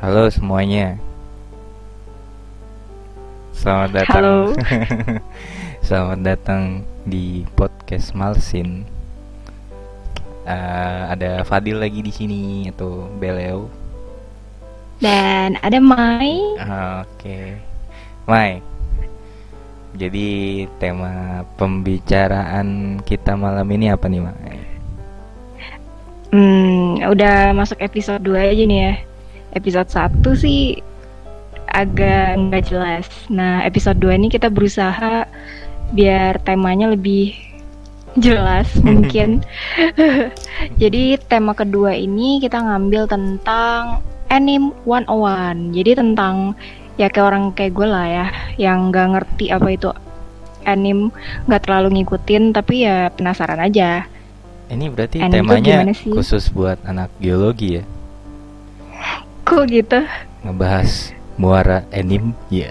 Halo semuanya, selamat datang. Halo. Selamat datang di podcast Malsin. Ada Fadil lagi di sini atau Beleo? Dan ada Mai. Oke, Mai. Jadi tema pembicaraan kita malam ini apa nih, Mai? Udah masuk episode 2 aja nih ya. Episode 1 sih agak nggak jelas. Nah, episode 2 ini kita berusaha biar temanya lebih jelas mungkin. Jadi tema kedua ini kita ngambil tentang Anime 101. Jadi tentang ya kayak orang kayak gue lah ya, yang nggak ngerti apa itu anime, nggak terlalu ngikutin, tapi ya penasaran aja. Ini berarti Anime tuh temanya gimana sih? khusus buat anak geologi ya? Kok gitu? Ngebahas muara anime, ya.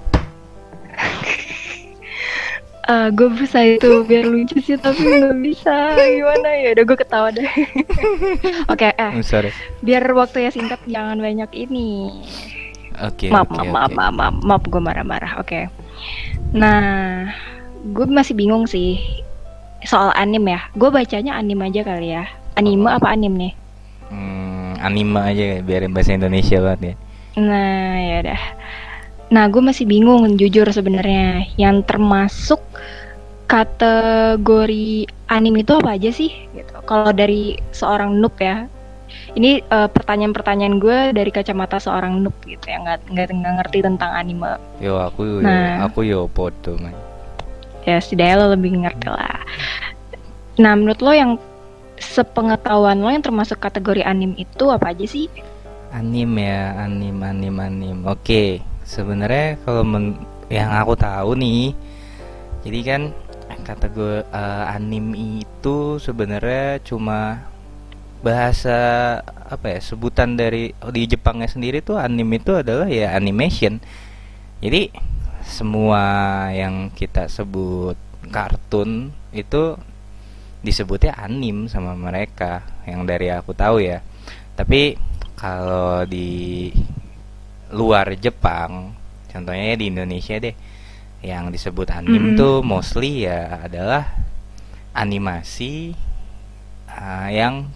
Gue berusaha itu biar lucu sih tapi nggak bisa. Gimana ya? Udah gue ketawa deh. Oke, Sorry. biar waktunya singkat, jangan banyak ini. Oke, Maaf, oke, maaf, oke. maaf, maaf, maaf, gue marah-marah. Oke. Nah, gue masih bingung sih soal anime ya. Gue bacanya anime aja kali ya. Anime apa anime nih? Anime aja biarin bahasa Indonesia banget ya. Nah, ya udah. Nah, gue masih bingung jujur sebenarnya. Yang termasuk kategori anime itu apa aja sih? Gitu. Kalau dari seorang noob ya. Ini pertanyaan-pertanyaan gue dari kacamata seorang noob gitu yang nggak ngerti tentang anime. Yo Nah. aku foto man. Ya setidaknya lo lebih ngerti lah. Nah, menurut lo yang sepengetahuan lo yang termasuk kategori anime itu apa aja sih? Anime ya, anime. Oke, sebenarnya kalau yang aku tahu nih, jadi kan kategori anime itu sebenarnya cuma bahasa apa ya, sebutan dari di Jepangnya sendiri tuh anime itu adalah ya animation. Jadi semua yang kita sebut kartun itu disebutnya anime sama mereka, yang dari aku tahu ya. Tapi kalau di luar Jepang, contohnya ya di Indonesia deh, yang disebut anime tuh mostly ya adalah animasi yang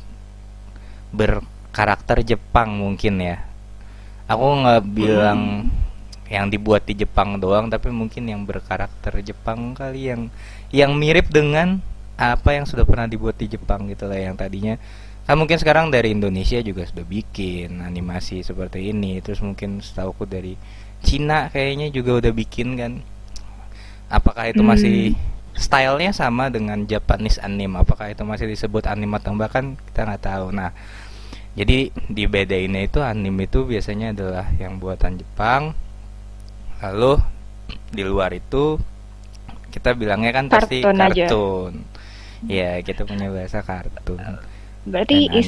berkarakter Jepang mungkin ya. Aku nggak bilang yang dibuat di Jepang doang, tapi mungkin yang berkarakter Jepang kali, yang mirip dengan apa yang sudah pernah dibuat di Jepang gitu lah, yang tadinya kan mungkin sekarang dari Indonesia juga sudah bikin animasi seperti ini, terus mungkin setauku dari Cina kayaknya juga udah bikin kan. Apakah itu masih stylenya sama dengan Japanese anime, apakah itu masih disebut anime atau bahkan kita nggak tahu. Nah, jadi dibedainnya itu anime itu biasanya adalah yang buatan Jepang, lalu di luar itu kita bilangnya kan pasti Kartun aja. kartun. Ya, kita punya bahasa kartun. Berarti Dan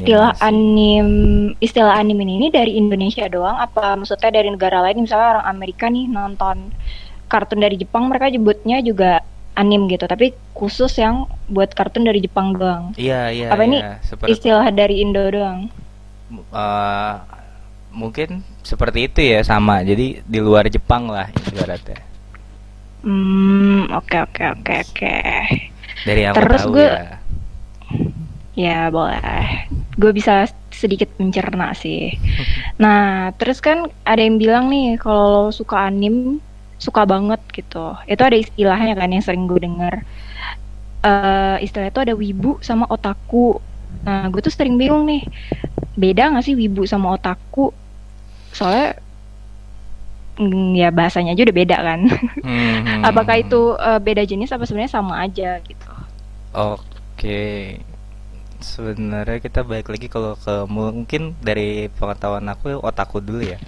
istilah anime ini dari Indonesia doang apa maksudnya dari negara lain? Misalnya orang Amerika nih nonton kartun dari Jepang, mereka nyebutnya juga anime gitu, tapi khusus yang buat kartun dari Jepang doang. Iya, Apa ini seperti istilah dari Indo doang? mungkin seperti itu ya, sama. Jadi di luar Jepang lah ibaratnya. Oke. Dari yang aku Terus tahu gue, ya. ya boleh. Gue bisa sedikit mencerna sih. Nah, terus kan ada yang bilang nih kalau lo suka anime, suka banget gitu. Itu ada istilahnya kan yang sering gue dengar. Istilah itu ada wibu sama otaku. Nah, gue tuh sering bingung nih. Beda nggak sih wibu sama otaku? Soalnya ya bahasanya aja udah beda kan. Apakah itu beda jenis apa sebenarnya sama aja gitu? Oke. Sebenarnya kita balik lagi kalau ke mungkin dari pengetahuan aku otaku dulu ya.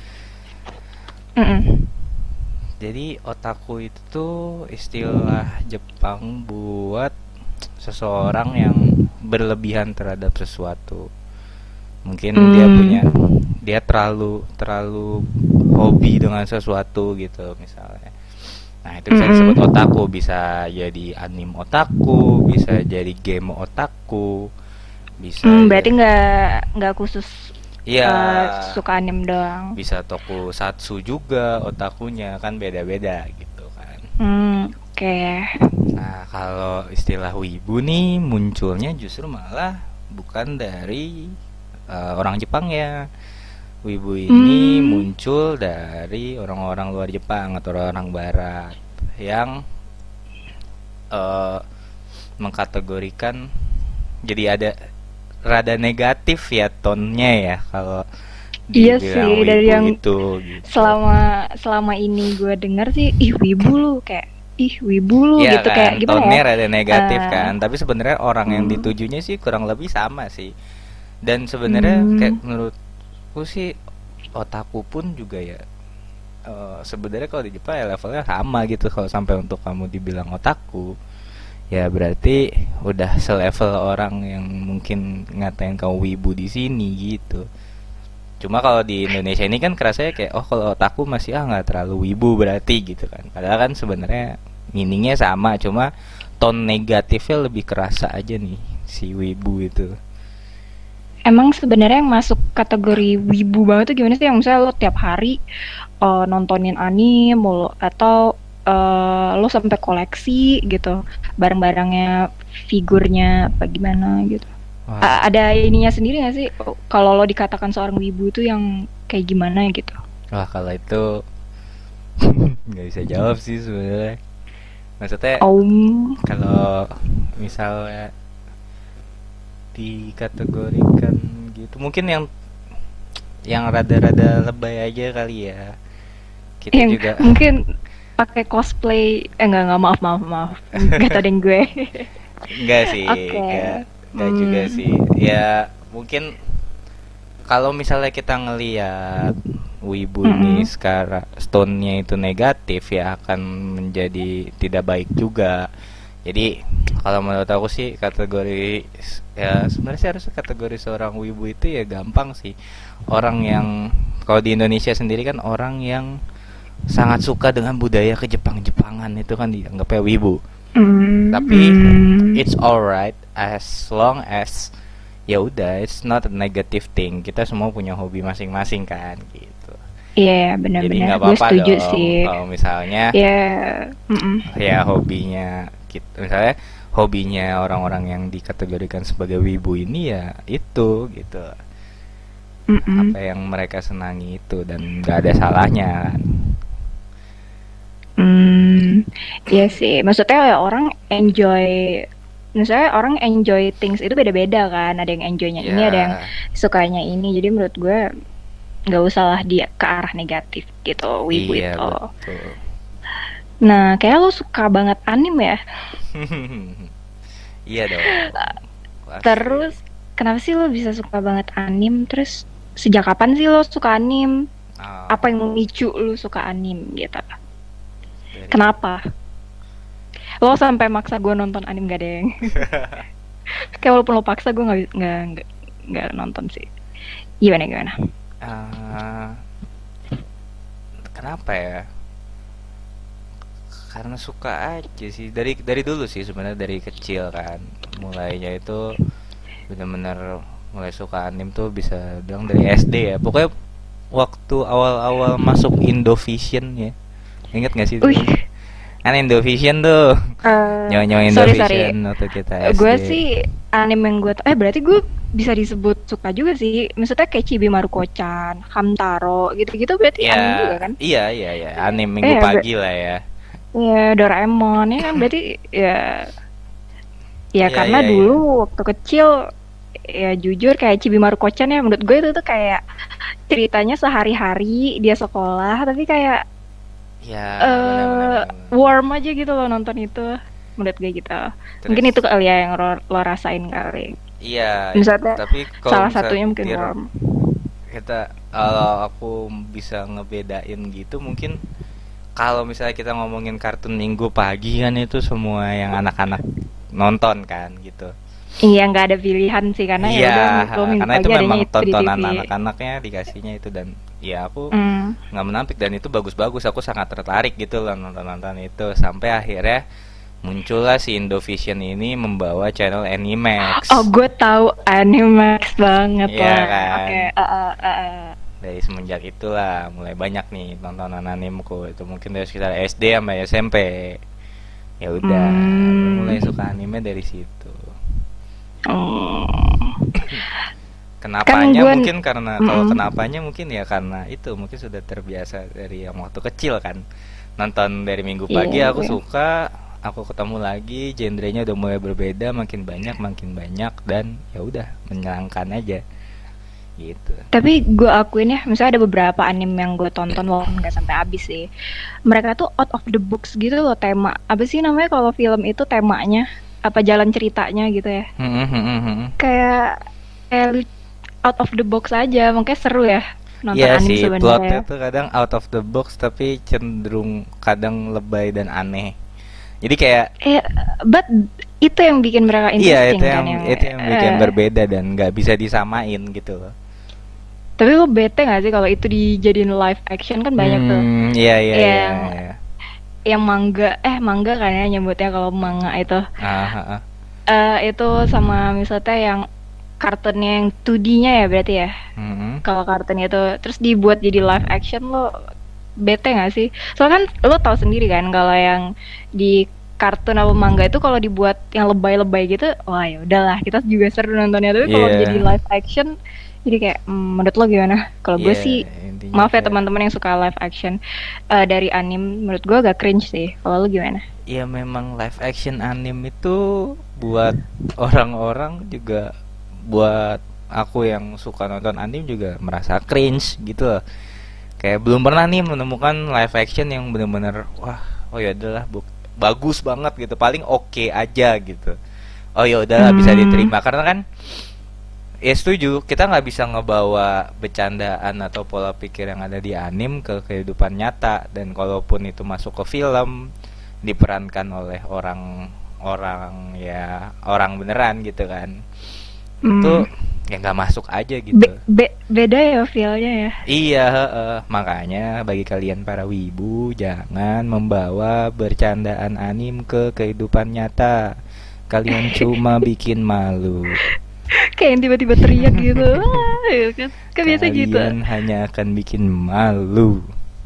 Jadi otaku itu tuh istilah Jepang buat seseorang yang berlebihan terhadap sesuatu. Mungkin dia terlalu hobi dengan sesuatu gitu misalnya. Nah, itu bisa disebut otaku, bisa jadi anime otaku, bisa jadi game otaku, bisa Berarti nggak khusus Iya, suka anime doang. bisa tokusatsu juga otakunya kan beda-beda gitu kan. Oke. Nah, kalau istilah wibu nih munculnya justru malah bukan dari orang Jepang ya. Wibu ini Hmm, muncul dari orang-orang luar Jepang atau orang barat yang eh, mengkategorikan, jadi ada rada negatif ya tonnya ya kalau iya sih, dibilang dari wibu yang itu gitu. selama selama ini gue denger sih, ih wibu lu, kayak ih wibu lu Iya gitu, kan, kayak gimana ya? tonnya rada negatif Eh, kan, tapi sebenarnya orang yang hmm, ditujunya sih kurang lebih sama sih. Dan sebenarnya kayak hmm, menurutku sih otaku pun juga ya, sebenarnya kalau di Jepang ya levelnya sama gitu. Kalau sampai untuk kamu dibilang otaku, ya berarti udah selevel orang yang mungkin ngatain kamu wibu di sini gitu. Cuma kalau di Indonesia ini kan kerasanya kayak, oh kalau otaku masih nggak terlalu wibu berarti gitu kan. Padahal kan sebenarnya meaningnya sama, cuma tone negatifnya lebih kerasa aja nih si wibu itu. emang sebenarnya yang masuk kategori wibu banget tuh gimana sih? Yang misalnya lo tiap hari nontonin anime mulu, atau lo sampai koleksi gitu barang-barangnya, figurnya apa gimana gitu. Wah, Ada ininya sendiri gak sih kalau lo dikatakan seorang wibu itu yang kayak gimana gitu? wah kalau itu nggak bisa jawab sih sebenarnya. Maksudnya Om. kalau misalnya dikategorikan gitu, mungkin yang rada-rada lebay aja kali ya. Kita Yang juga mungkin pakai cosplay, enggak, maaf, maaf, maaf, nggak tau deh gue. enggak sih, Oke. enggak juga Hmm, sih. Ya mungkin kalau misalnya kita ngelihat wibu ini mm-mm. sekarang stone-nya itu negatif, ya akan menjadi tidak baik juga. Jadi kalau menurut aku sih kategori, ya sebenarnya sih harusnya kategori seorang wibu itu ya gampang sih. Orang yang, kalau di Indonesia sendiri kan orang yang sangat suka dengan budaya ke-Jepang-Jepangan itu kan dianggapnya wibu. Hmm, Tapi hmm. it's alright as long as ya udah, it's not a negative thing. Kita semua punya hobi masing-masing kan gitu. Iya, Jadi benar-benar nggak gue apa-apa setuju dong sih. kalau misalnya Ya, mm-mm. ya hobinya kita, misalnya hobinya orang-orang yang dikategorikan sebagai wibu ini ya itu gitu. Mm-mm. Apa yang mereka senangi itu, dan nggak ada salahnya kan. Hmm, iya sih. Maksudnya ya orang enjoy, misalnya orang enjoy things itu beda-beda kan. Ada yang enjoynya ini, ada yang Ya, sukanya ini. Jadi menurut gue nggak usah lah dia ke arah negatif gitu, wibu iya itu. betul. Nah, kayak lo suka banget anime ya. Iya dong, pasti. Terus kenapa sih lo bisa suka banget anime? Terus sejak kapan sih lo suka anime? Apa Oh, yang memicu lo suka anime gitu? dari Kenapa? Lo sampai maksa gue nonton anime gak deng? Kayak walaupun lo paksa gue nggak nonton sih. Gimana gimana? ah, kenapa ya? Karena suka aja sih, dari dulu sih sebenarnya, dari kecil kan. Mulainya itu bener-bener mulai suka anime tuh bisa bilang dari SD ya. Pokoknya waktu awal-awal masuk Indovision ya. Ingat gak sih dulu? Wih, Kan Indovision tuh. Nyawa-nyawa sorry. Indovision waktu kita SD. Gue sih anime yang gue, berarti gue bisa disebut suka juga sih. Maksudnya kayak Chibi Maruko-chan, Hamtaro, gitu-gitu berarti Ya, anime juga kan? iya, anime minggu Eh, ber- pagi lah ya. ya Doraemon ya kan berarti ya, ya Iya, karena iya. dulu waktu kecil ya jujur kayak Chibi Maruko-chan ya, menurut gue itu tuh kayak ceritanya sehari-hari dia sekolah, tapi kayak Ya, benar-benar. warm aja gitu loh nonton itu, menurut gue gitu. Mungkin itu Terus, kali ya yang lo rasain kali. iya, Misalnya tapi kalau salah misalnya satunya mungkin tier warm. kita, kalau aku bisa ngebedain gitu mungkin, kalau misalnya kita ngomongin kartun minggu pagi kan itu semua yang anak-anak nonton kan gitu. Iya, nggak ada pilihan sih karena ya Iya, udah lo minggu karena itu pagi adanya memang itu di TV. tontonan anak-anaknya dikasihnya itu, dan ya aku Hmm. nggak menampik, dan itu bagus-bagus, aku sangat tertarik gitu loh nonton-nonton itu sampai akhirnya muncullah si Indovision ini membawa channel Animax. Oh, gue tahu Animax banget Iya lah. kan. Oke, Dari semenjak itulah mulai banyak nih tontonan animeku. Itu mungkin dari sekitar SD sampai SMP. Ya udah, mulai suka anime dari situ. Oh. Kenapanya gua- mungkin karena kalau kenapanya mungkin ya karena itu mungkin sudah terbiasa dari yang waktu kecil kan. Nonton dari minggu pagi Iya, aku gue. suka, aku ketemu lagi genrenya udah mulai berbeda, makin banyak dan ya udah menyenangkan aja gitu. Tapi gue akuin ya, misalnya ada beberapa anime yang gue tonton walaupun nggak sampai habis sih. Mereka tuh out of the box gitu loh tema. Apa sih namanya kalau film itu temanya? Apa jalan ceritanya gitu ya? Kayak out of the box aja, makanya seru ya nonton Iya anime sih, plotnya sebenarnya. tuh kadang out of the box tapi cenderung kadang lebay dan aneh. Jadi kayak But itu yang bikin mereka iya interesting kan yang itu yang bikin berbeda dan nggak bisa disamain gitu loh. Tapi lo bete gak sih kalau itu dijadiin live action kan banyak tuh Iya iya iya. yang Iya. yang manga kan ya nyebutnya kalau manga itu. Ah. Itu sama misalnya yang kartunnya yang 2D-nya ya berarti ya. Kalau kartun itu terus dibuat jadi live action lo bete gak sih? Soalnya kan lo tahu sendiri kan kalau yang di kartun apa manga itu kalau dibuat yang lebay-lebay gitu, wah ya udahlah kita juga seru nontonnya. Tapi kalau Iya. jadi live action jadi kayak menurut lo gimana? Kalau gue Iya, sih intinya maaf ya kayak- teman-teman yang suka live action dari anime, menurut gue agak cringe sih. Kalau lo gimana? Ya memang live action anime itu buat orang-orang juga, buat aku yang suka nonton anime juga merasa cringe gitu loh. Kayak belum pernah nih menemukan live action yang bener-bener wah, oh ya udahlah bagus banget gitu, paling oke aja gitu. Oh ya udahlah bisa diterima karena kan ya setuju, kita nggak bisa ngebawa bercandaan atau pola pikir yang ada di anime ke kehidupan nyata, dan kalaupun itu masuk ke film diperankan oleh orang orang beneran gitu kan, itu ya nggak masuk aja gitu. Beda ya feel-nya ya. Iya, makanya bagi kalian para wibu jangan membawa bercandaan anime ke kehidupan nyata. Kalian cuma bikin malu. Kayak yang tiba-tiba teriak gitu. Ya kan biasa gitu. Kalian hanya akan bikin malu.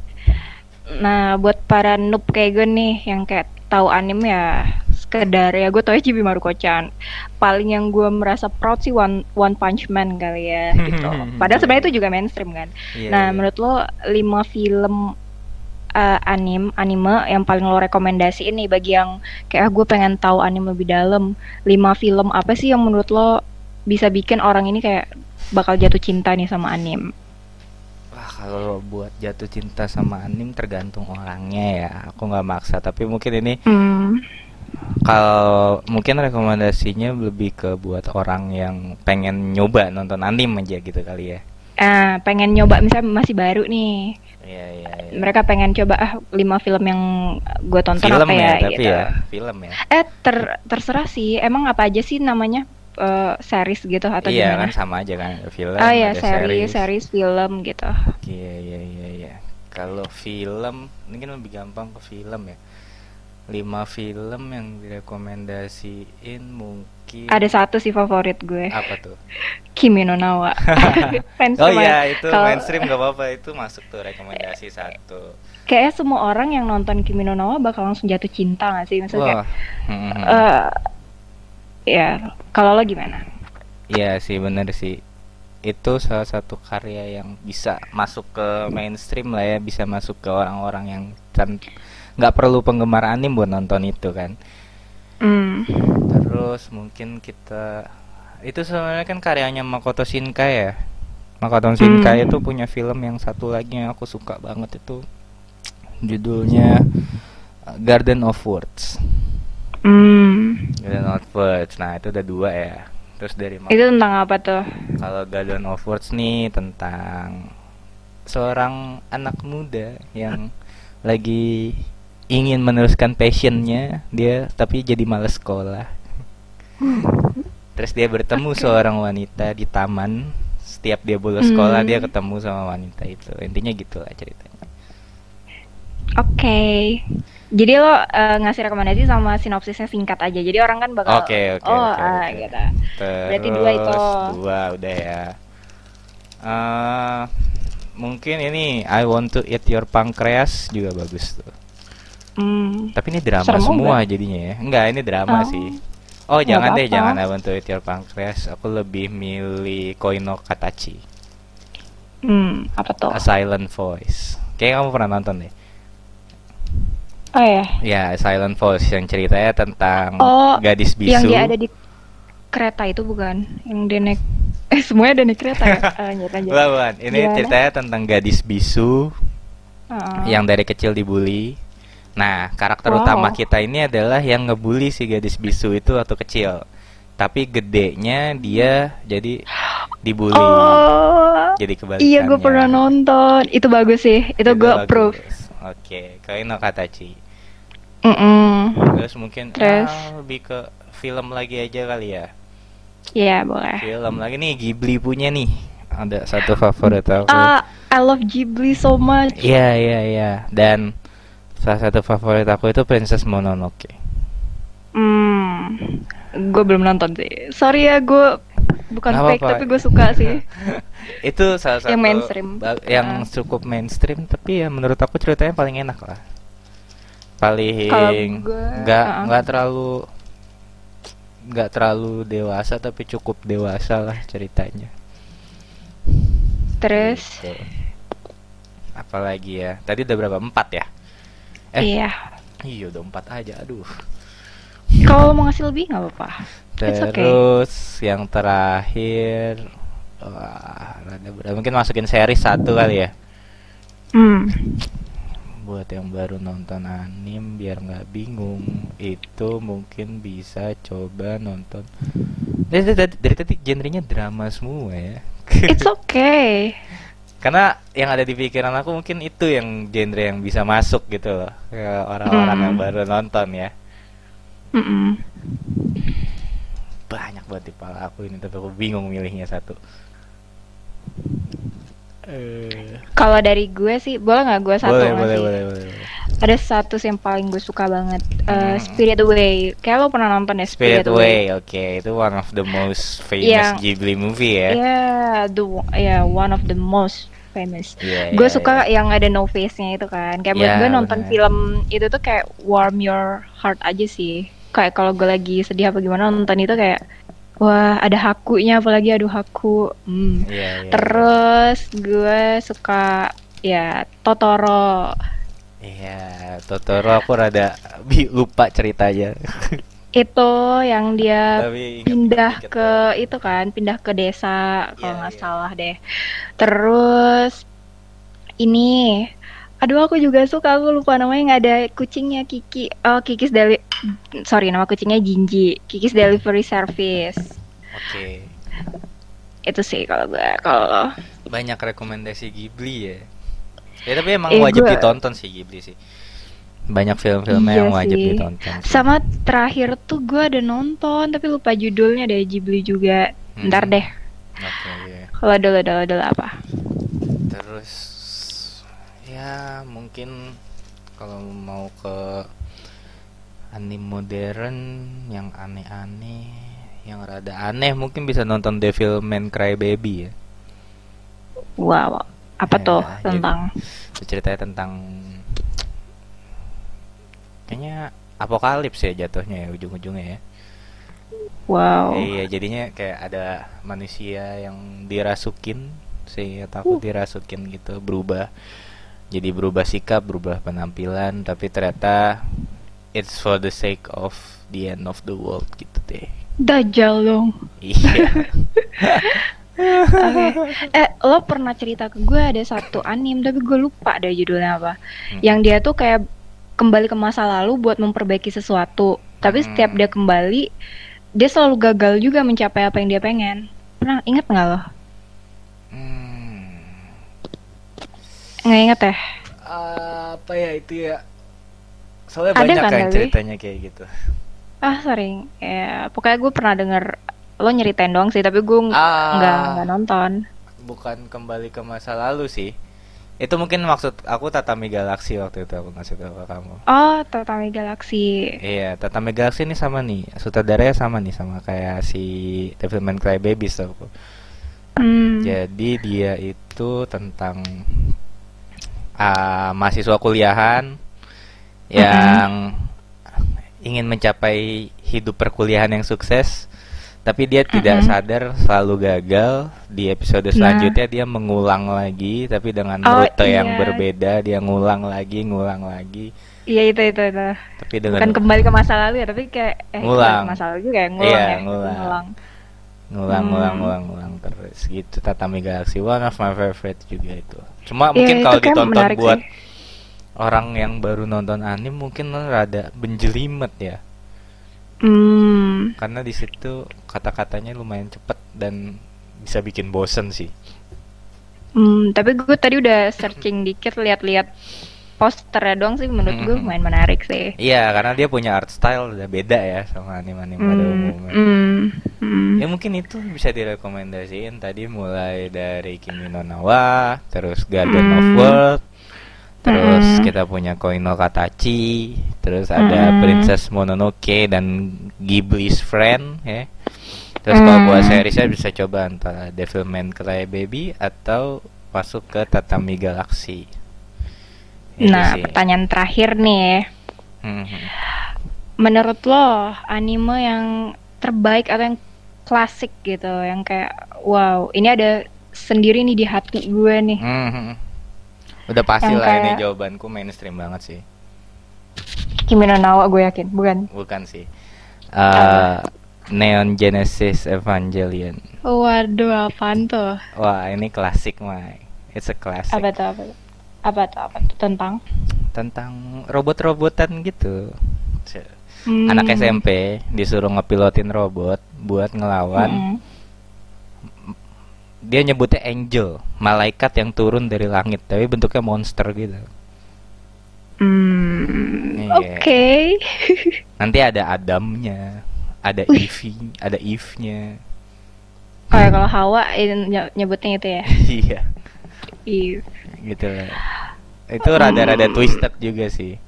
Nah, buat para noob kayak gue nih yang kayak tahu anime ya sekedar ya gue tau aja Chibi Maruko-chan. Paling yang gue merasa proud sih One Punch Man kali ya gitu. Padahal sebenarnya itu juga mainstream kan. Iya, Nah, iya. menurut lo 5 film anime yang paling lo rekomendasiin nih bagi yang kayak gue pengen tahu anime lebih dalam. 5 film apa sih yang menurut lo bisa bikin orang ini kayak bakal jatuh cinta nih sama anime? Wah, kalau buat jatuh cinta sama anime tergantung orangnya ya. Aku nggak maksa, tapi mungkin ini kalau mungkin rekomendasinya lebih ke buat orang yang pengen nyoba nonton anime aja gitu kali ya. Pengen nyoba misalnya masih baru nih. Iya, iya, iya. Mereka pengen coba 5 film yang gue tonton Film apa ya tapi gitu. ya film ya. Terserah sih. Emang apa aja sih namanya? Series gitu atau Iya gimana? kan sama aja kan, ada film, Ya ada series film gitu. Iya, iya, iya, iya. Kalau film mungkin lebih gampang ke film ya. 5 film yang direkomendasiin mungkin Ada satu sih favorit gue, apa tuh? Kimi no Na wa. Fans Oh banget. iya, itu Kalau- mainstream gak apa-apa, itu masuk tuh rekomendasi satu. Kayaknya semua orang yang nonton Kimi no Na wa bakal langsung jatuh cinta gak sih? Maksudnya Wah. ya kalau lo gimana? Iya sih, bener sih. Itu salah satu karya yang bisa masuk ke mainstream lah ya, bisa masuk ke orang-orang yang nggak perlu penggemar anime buat nonton itu kan. Terus mungkin kita itu sebenarnya kan karyanya Makoto Shinkai ya. Makoto Shinkai itu punya film yang satu lagi yang aku suka banget, itu judulnya Garden of Words. Garden of Words. Nah, itu udah 2 ya. Terus dari Itu tentang apa tuh? kalau Garden of Words nih tentang seorang anak muda yang lagi ingin meneruskan passionnya dia, tapi jadi malas sekolah. Terus dia bertemu seorang wanita di taman. Setiap dia bolos sekolah dia ketemu sama wanita itu. Intinya gitulah ceritanya. Oke. Jadi lo ngasih rekomendasi sama sinopsisnya singkat aja. Jadi orang kan bakal Oke, oke, oh oke, oke. gitu. Berarti dua itu. Terus dua udah ya. eh Mungkin ini I Want to Eat Your Pancreas juga bagus tuh. Tapi ini drama Serem semua enggak? jadinya ya. Enggak, ini drama Oh, sih. Oh, nggak jangan deh, apa-apa. jangan I Want to Eat Your Pancreas. Aku lebih milih Koi no Katachi, Apa tuh? A Silent Voice. Kayaknya kamu pernah nonton deh. Oh ya. Ya, A Silent Voice yang ceritanya tentang Oh, gadis yang bisu. dia ada di kereta itu bukan? Yang dia naik semuanya ada naik kereta ya? Lanjut lanjut. Bukan, bukan. Ini Gimana? ceritanya tentang gadis bisu Heeh. yang dari kecil dibully. Nah, karakter Wow. utama kita ini adalah yang ngebully si gadis bisu itu waktu kecil. Tapi gedenya dia jadi dibully. Oh, Jadi iya gue pernah kebalikannya. nonton. Itu bagus sih. Itu gue approve. bagus. Oke, Koi no Katachi. Mm-mm. Terus mungkin Terus, lebih ke film lagi aja kali ya. ya boleh. Film lagi nih Ghibli punya nih. Ada satu favorit aku. I love Ghibli so much. Iya, iya, iya. Dan salah satu favorit aku itu Princess Mononoke. Gue belum nonton sih. Sorry ya, gue bukan Nggak fake apa-apa. tapi gue suka sih. Itu salah satu Yang mainstream. yang Ah. cukup mainstream, tapi ya menurut aku ceritanya paling enak lah. Paling Kalau gue, nggak terlalu dewasa tapi cukup dewasa lah ceritanya. terus, Gitu. Apalagi ya? Tadi udah berapa? 4 ya? iya. Iya udah 4 aja. Aduh. Kalau mau ngasih lebih nggak apa-apa. It's okay. Terus yang terakhir, wah, rada berat. Mungkin masukin series satu kali ya. Buat yang baru nonton anim biar nggak bingung, itu mungkin bisa coba nonton. Dari tadi genrenya drama semua ya. It's okay. Karena yang ada di pikiran aku mungkin itu yang genre yang bisa masuk gitu loh ke orang-orang yang baru nonton ya. Mm-mm. Banyak banget di kepala aku ini tapi aku bingung milihnya satu. Kalau dari gue sih, boleh nggak gue satu Boleh, ngasih? boleh. Ada satu sih yang paling gue suka banget, Spirit Away. Kayak lo pernah nonton ya Spirit Away, oke, itu one of the most famous Yang- Ghibli movie ya. One of the most famous. Iya, Gue iya, suka iya. yang ada no face-nya itu kan. Kayak buat Ya, gue nonton benar. film itu tuh kayak warm your heart aja sih. Kayak kalau gue lagi sedih apa gimana nonton itu kayak wah ada hakunya apalagi aduh haku. Iya, iya. Terus gue suka ya Totoro. Iya, Totoro aku rada lupa ceritanya. Itu yang dia Tapi ingat pindah dikit ke doang. itu kan, pindah ke desa kalau Iya, nggak iya. salah deh. Terus ini, aduh aku juga suka, aku lupa namanya, nggak ada kucingnya Kiki. Oh, sorry nama kucingnya Jinji. Kiki's Delivery Service. Oke. Itu sih kalau gue. Kalau Banyak rekomendasi Ghibli ya. Ya tapi emang wajib gue ditonton sih Ghibli sih. Banyak film-filmnya iya yang wajib sih. ditonton sih. Sama terakhir tuh gue ada nonton tapi lupa judulnya deh, Ghibli juga. Ntar deh. Oke, iya. Kalau dulu apa? Terus ya mungkin kalau mau ke anime modern yang aneh-aneh, yang rada aneh mungkin bisa nonton Devilman Crybaby ya. Wow, apa Ya, tuh jadi tentang? itu ceritanya tentang kayaknya apokalips ya jatuhnya ya ujung-ujungnya ya. Wow. Iya, jadinya kayak ada manusia yang dirasukin, sih takut dirasukin gitu, berubah. Jadi berubah sikap, berubah penampilan, tapi ternyata it's for the sake of the end of the world gitu deh. Dajjal dong. Iya. Oke. Lo pernah cerita ke gue ada satu anime tapi gue lupa deh judulnya apa. Yang dia tuh kayak kembali ke masa lalu buat memperbaiki sesuatu. Tapi setiap dia kembali, dia selalu gagal juga mencapai apa yang dia pengen. Pernah inget nggak lo? Nggak inget ya? Apa ya itu ya? Soalnya Ada banyak kan kan tapi? ceritanya kayak gitu. Sering. Ya, pokoknya gue pernah denger lo nyeritain doang sih, tapi gue nggak nonton. Bukan kembali ke masa lalu sih. Itu mungkin maksud aku Tatami Galaxy waktu itu aku ngasih tahu ke kamu. Oh, Tatami Galaxy. Iya, Tatami Galaxy ini sama nih, sutradaranya sama nih sama kayak si Devilman Crybabies tau aku. Hmm. Jadi dia itu tentang mahasiswa kuliahan yang ingin mencapai hidup perkuliahan yang sukses, tapi dia tidak sadar selalu gagal. Di episode selanjutnya dia mengulang lagi, tapi dengan rute yang berbeda. Dia ngulang lagi. Iya itu. Tapi dengan bukan kembali ke masa lalu ya, tapi kayak ngulang. Masa lalu juga kayak ngulang ya. Ngulang terus gitu. Tatami Galaxy one of my favorite juga itu. Cuma mungkin kalau ditonton buat orang yang baru nonton anime mungkin rada benjelimet ya. Karena di situ kata-katanya lumayan cepet dan bisa bikin bosen sih. Tapi gue tadi udah searching dikit, lihat-lihat posternya doang sih, menurut gue lumayan menarik sih. Iya, karena dia punya art style udah beda ya sama anime-anime pada umumnya. Ya mungkin itu bisa direkomendasiin tadi, mulai dari Kimi no Na wa, terus Garden of World, terus kita punya Koino Katachi, terus ada Princess Mononoke dan Ghibli's Friend ya. Terus kalau buat seriesnya bisa coba antara Devilman Crybaby atau masuk ke Tatami Galaxy. Nah, pertanyaan terakhir nih. Menurut lo anime yang terbaik atau yang klasik gitu, yang kayak wow, ini ada sendiri nih di hati gue nih. Udah pasti lah ini jawabanku mainstream banget sih. Kimi no Na wa gue yakin, bukan? Bukan sih. Neon Genesis Evangelion. Waduh, apaan tuh? Wah, ini klasik, Mai. It's a classic. Apa tuh? Tentang robot-robotan gitu. Anak SMP disuruh ngepilotin robot buat ngelawan. Dia nyebutnya angel, malaikat yang turun dari langit, tapi bentuknya monster gitu. Oke. Nanti ada Adamnya, ada Eve-nya. Kayak kalau Hawa nyebutnya itu ya. Iya. Eve. Gitu lah. Itu rada-rada twisted juga sih.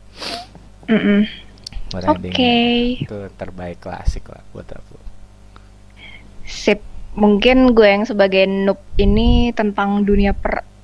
Oke. Itu terbaik klasik lah buat aku. Sip. Mungkin gue yang sebagai noob ini tentang dunia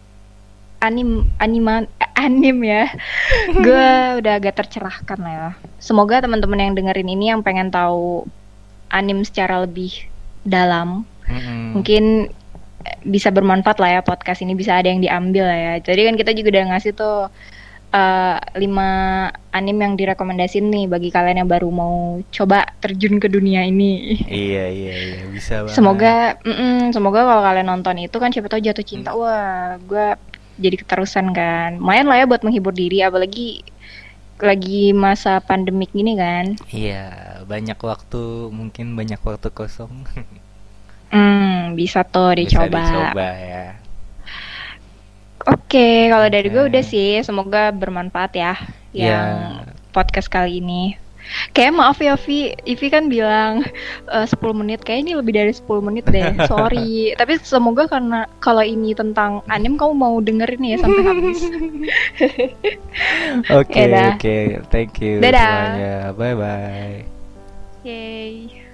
anime ya. Gue udah agak tercerahkan lah ya. Semoga teman-teman yang dengerin ini yang pengen tahu anime secara lebih dalam, mungkin bisa bermanfaat lah ya, podcast ini bisa ada yang diambil lah ya. Jadi kan kita juga udah ngasih tuh 5 anime yang direkomendasiin nih bagi kalian yang baru mau coba terjun ke dunia ini. Iya bisa banget. Semoga kalau kalian nonton itu kan siapa tahu jatuh cinta. Wah, gue jadi keterusan kan. Lumayan lah ya buat menghibur diri, apalagi lagi masa pandemik gini kan. Iya, mungkin banyak waktu kosong. Bisa tuh dicoba. Bisa dicoba ya. Oke, kalau dari gue udah sih. Semoga bermanfaat ya yang podcast kali ini. Kayak maaf ya Ivi kan bilang 10 menit. Kayak ini lebih dari 10 menit deh. Sorry. Tapi semoga karena kalau ini tentang anime kamu mau dengerin ya sampai habis. Oke. Thank you Dadah. semuanya. Bye bye. Yay.